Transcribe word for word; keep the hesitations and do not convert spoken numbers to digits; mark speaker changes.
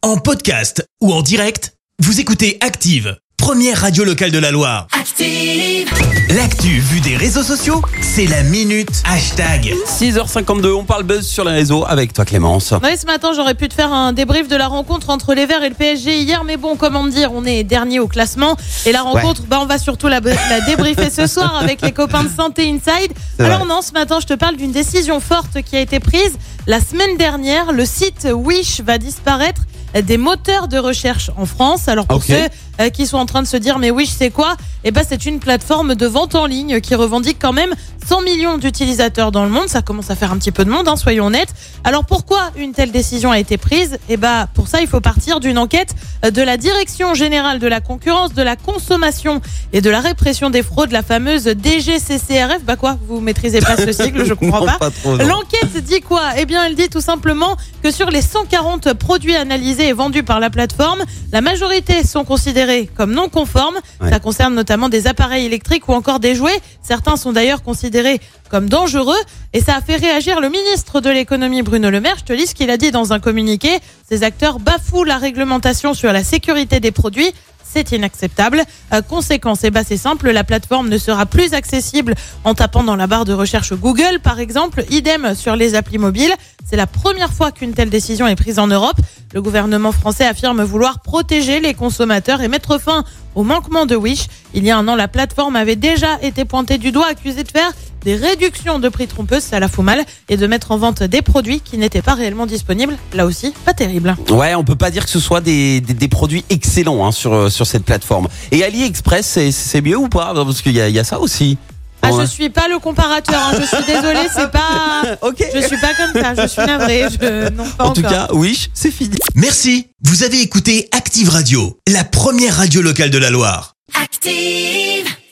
Speaker 1: En podcast ou en direct, vous écoutez Active, première radio locale de la Loire. Active! L'actu vue des réseaux sociaux, c'est la minute hashtag.
Speaker 2: six heures cinquante-deux, on parle buzz sur les réseaux avec toi Clémence.
Speaker 3: Oui, ce matin, j'aurais pu te faire un débrief de la rencontre entre les Verts et le P S G hier, mais bon, comment dire, on est dernier au classement. Et la rencontre, ouais. bah, on va surtout la, la débriefer ce soir avec les copains de Santé Inside. C'est Alors vrai. non, ce matin, je te parle d'une décision forte qui a été prise. La semaine dernière, le site Wish va disparaître des moteurs de recherche en France. Alors pour okay. ceux euh, qui sont en train de se dire mais Wish c'est quoi ? Eh ben c'est une plateforme de vente en ligne qui revendique quand même cent millions d'utilisateurs dans le monde. Ça commence à faire un petit peu de monde, hein, soyons honnêtes. Alors pourquoi une telle décision a été prise ? Eh ben pour ça il faut partir d'une enquête de la Direction générale de la concurrence, de la consommation et de la répression des fraudes, la fameuse D G C C R F. Bah quoi ? Vous maîtrisez pas ce sigle, je comprends
Speaker 2: non,
Speaker 3: pas.
Speaker 2: pas trop,
Speaker 3: L'enquête dit quoi ? Eh bien elle dit tout simplement que sur les cent quarante produits analysés et vendus par la plateforme, la majorité sont considérés comme non conformes. Ouais. Ça concerne notamment des appareils électriques ou encore des jouets. Certains sont d'ailleurs considérés comme dangereux. Et ça a fait réagir le ministre de l'économie Bruno Le Maire. Je te lis ce qu'il a dit dans un communiqué. Ces acteurs bafouent la réglementation sur la sécurité des produits. C'est inacceptable. Euh, conséquence, eh ben c'est simple, la plateforme ne sera plus accessible en tapant dans la barre de recherche Google, par exemple. Idem sur les applis mobiles. C'est la première fois qu'une telle décision est prise en Europe. Le gouvernement français affirme vouloir protéger les consommateurs et mettre fin au manquement de Wish. Il y a un an, la plateforme avait déjà été pointée du doigt, accusée de faire des réductions de prix trompeuses, ça la fout mal, et de mettre en vente des produits qui n'étaient pas réellement disponibles. Là aussi, pas terrible.
Speaker 2: Ouais, on peut pas dire que ce soit des, des, des produits excellents hein, sur, sur cette plateforme. Et AliExpress, c'est, c'est mieux ou pas ? Parce qu'il y a, il y a ça aussi.
Speaker 3: Ah, je suis pas le comparateur, hein. Je suis désolée, c'est pas.
Speaker 2: Okay.
Speaker 3: Je suis pas comme ça, je suis navrée. Je... Non, pas
Speaker 2: en
Speaker 3: encore.
Speaker 2: tout cas, Wish, c'est fini.
Speaker 1: Merci. Vous avez écouté Active Radio, la première radio locale de la Loire. Active!